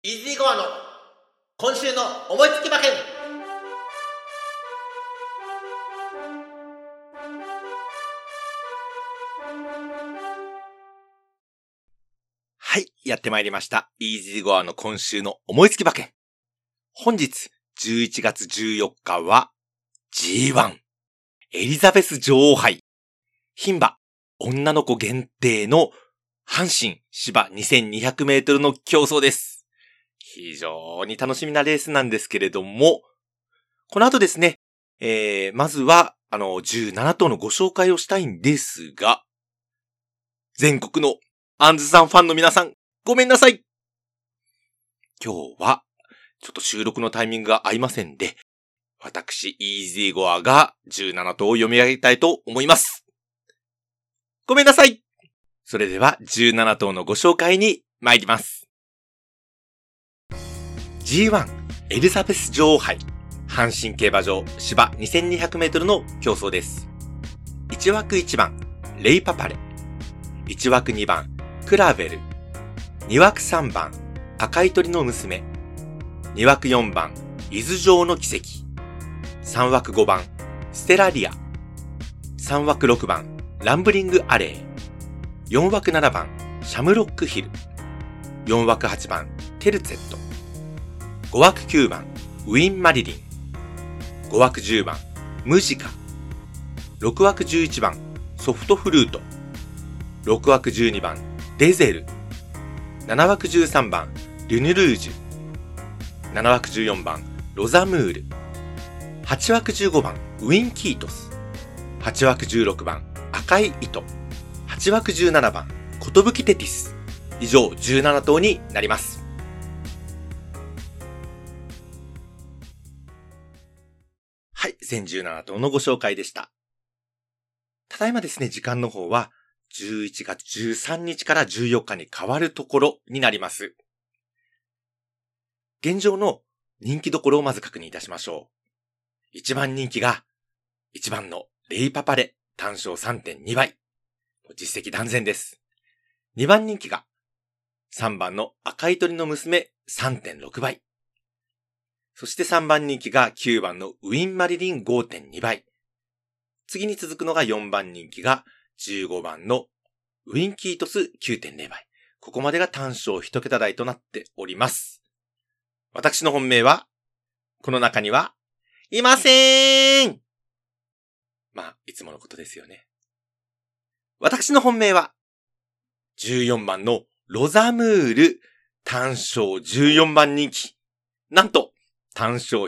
イージーゴアの今週の思いつき馬券。はい、やってまいりました。イージーゴアの今週の思いつき馬券。本日11月14日は G1 エリザベス女王杯牝馬女の子限定の阪神芝2200メートルの競争です。非常に楽しみなレースなんですけれども、この後ですね、まずは17頭のご紹介をしたいんですが、全国のアンズさんファンの皆さん、ごめんなさい。今日はちょっと収録のタイミングが合いませんで、私イージーゴアが17頭を読み上げたいと思います。ごめんなさい。それでは17頭のご紹介に参ります。G1 エリザベス女王杯阪神競馬場芝2200メートルの競争です。1枠1番レイパパレ、1枠2番クラベル、2枠3番赤い鳥の娘、2枠4番伊豆城の奇跡、3枠5番ステラリア、3枠6番ランブリングアレイ、4枠7番シャムロックヒル、4枠8番テルツェット、5枠9番ウィン・マリリン、5枠10番ムジカ、6枠11番ソフトフルート、6枠12番デゼル、7枠13番ルヌルージュ、7枠14番ロザムール、8枠15番ウィン・キートス、8枠16番赤い糸、8枠17番コトブキテティス。以上17頭になります。はい、全17頭のご紹介でした。ただいまですね、時間の方は11月13日から14日に変わるところになります。現状の人気どころをまず確認いたしましょう。1番人気が1番のレイパパレ単勝 3.2 倍。実績断然です。2番人気が3番の赤い鳥の娘 3.6 倍。そして3番人気が9番のウィン・マリリン 5.2 倍。次に続くのが4番人気が15番のウィン・キートス 9.0 倍。ここまでが単勝1桁台となっております。私の本命は、この中にはいませーん。まあ、いつものことですよね。私の本命は、14番のロザムール単勝14番人気。なんと、単勝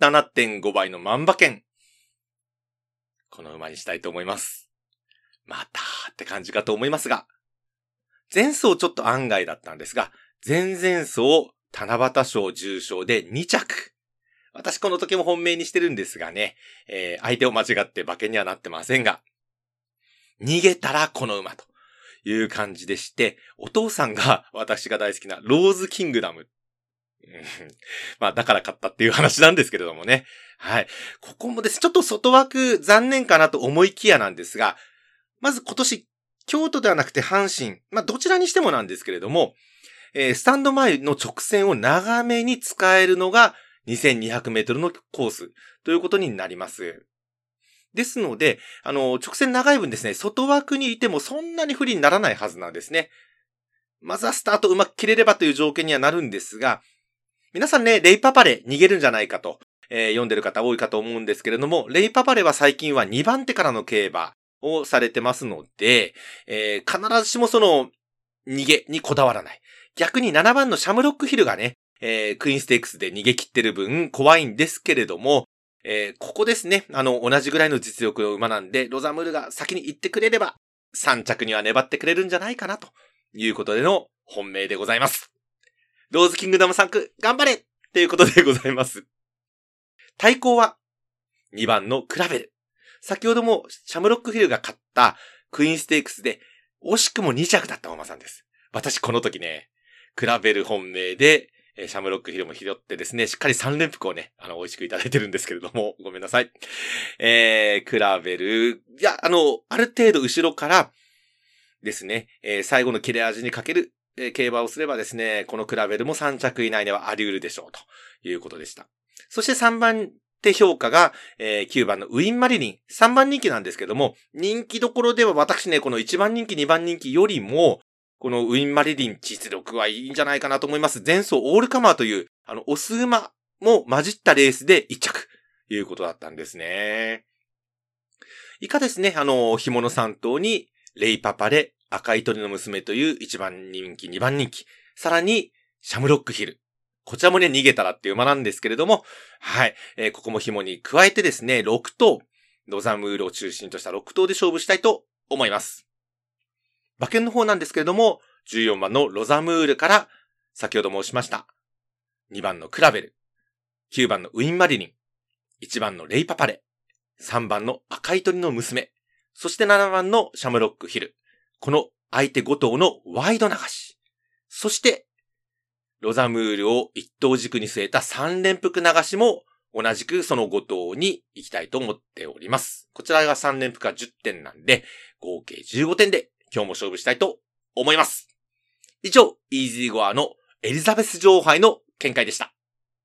107.5 倍の万馬券。この馬にしたいと思います。またって感じかと思いますが、前走ちょっと案外だったんですが、前々走七夕賞重賞で2着。私この時も本命にしてるんですがね、相手を間違って馬券にはなってませんが、逃げたらこの馬という感じでして、お父さんが私が大好きなローズキングダム。まあだから買ったっていう話なんですけれどもね。はい。ここもです。ちょっと外枠残念かなと思いきやなんですが、まず今年、京都ではなくて阪神、まあどちらにしてもなんですけれども、スタンド前の直線を長めに使えるのが2200メートルのコースということになります。ですので、直線長い分ですね、外枠にいてもそんなに不利にならないはずなんですね。まずはスタートうまく切れればという条件にはなるんですが、皆さんね、レイパパレ逃げるんじゃないかと、読んでる方多いかと思うんですけれども、レイパパレは最近は2番手からの競馬をされてますので、必ずしもその逃げにこだわらない。逆に7番のシャムロックヒルがね、クイーンステークスで逃げ切ってる分怖いんですけれども、ここですね、同じぐらいの実力の馬なんで、ロザムールが先に行ってくれれば、3着には粘ってくれるんじゃないかなということでの本命でございます。ローズキングダム3区、頑張れっていうことでございます。対抗は、2番のクラベル。先ほどもシャムロックヒルが勝ったクイーンステークスで、惜しくも2着だったお馬さんです。私この時ね、クラベル本命で、シャムロックヒルも拾ってですね、しっかり3連複をね、美味しくいただいてるんですけれども、ごめんなさい。クラベル、いや、ある程度後ろからですね、最後の切れ味にかける競馬をすればですね、このクラベルも3着以内ではあり得るでしょうということでした。そして3番手評価が、9番のウィンマリリン。3番人気なんですけども、人気どころでは私ね、この1番人気、2番人気よりも、このウィンマリリン実力はいいんじゃないかなと思います。前走オールカマーという、オス馬も混じったレースで1着ということだったんですね。以下ですね、ひもの3頭に、レイパパレ、赤い鳥の娘という1番人気、2番人気、さらに、シャムロックヒル。こちらもね、逃げたらっていう馬なんですけれども、はい、ここも紐に加えてですね、6頭、ロザムールを中心とした6頭で勝負したいと思います。馬券の方なんですけれども、14番のロザムールから、先ほど申しました、2番のクラベル、9番のウィンマリリン、1番のレイパパレ、3番の赤い鳥の娘、そして7番のシャムロックヒル。この相手5頭のワイド流し。そして、ロザムールを1頭軸に据えた3連複流しも同じくその5頭に行きたいと思っております。こちらが3連複が10点なんで、合計15点で今日も勝負したいと思います。以上、イージーゴアのエリザベス女王杯の見解でした。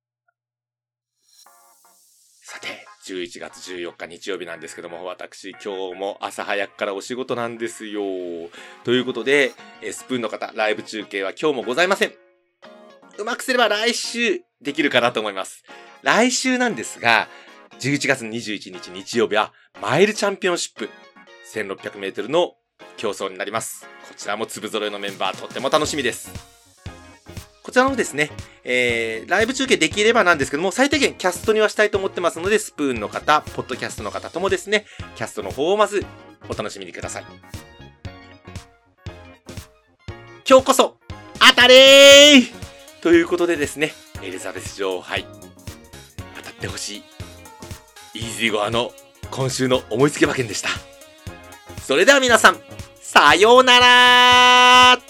さて、11月14日日曜日なんですけども、私今日も朝早くからお仕事なんですよ。ということで、スプーンの方、ライブ中継は今日もございません。うまくすれば来週できるかなと思います。来週なんですが、11月21日日曜日はマイルチャンピオンシップ 1600 メートルの競争になります。こちらも粒揃いのメンバーとっても楽しみです。こちらのですね、ライブ中継できればなんですけども、最低限キャストにはしたいと思ってますので、スプーンの方、ポッドキャストの方ともですね、キャストの方をまずお楽しみにください。今日こそ当たれーということでですね、エリザベス女王杯当たってほしいイージーゴアの今週の思いつき馬券でした。それでは皆さん、さようなら。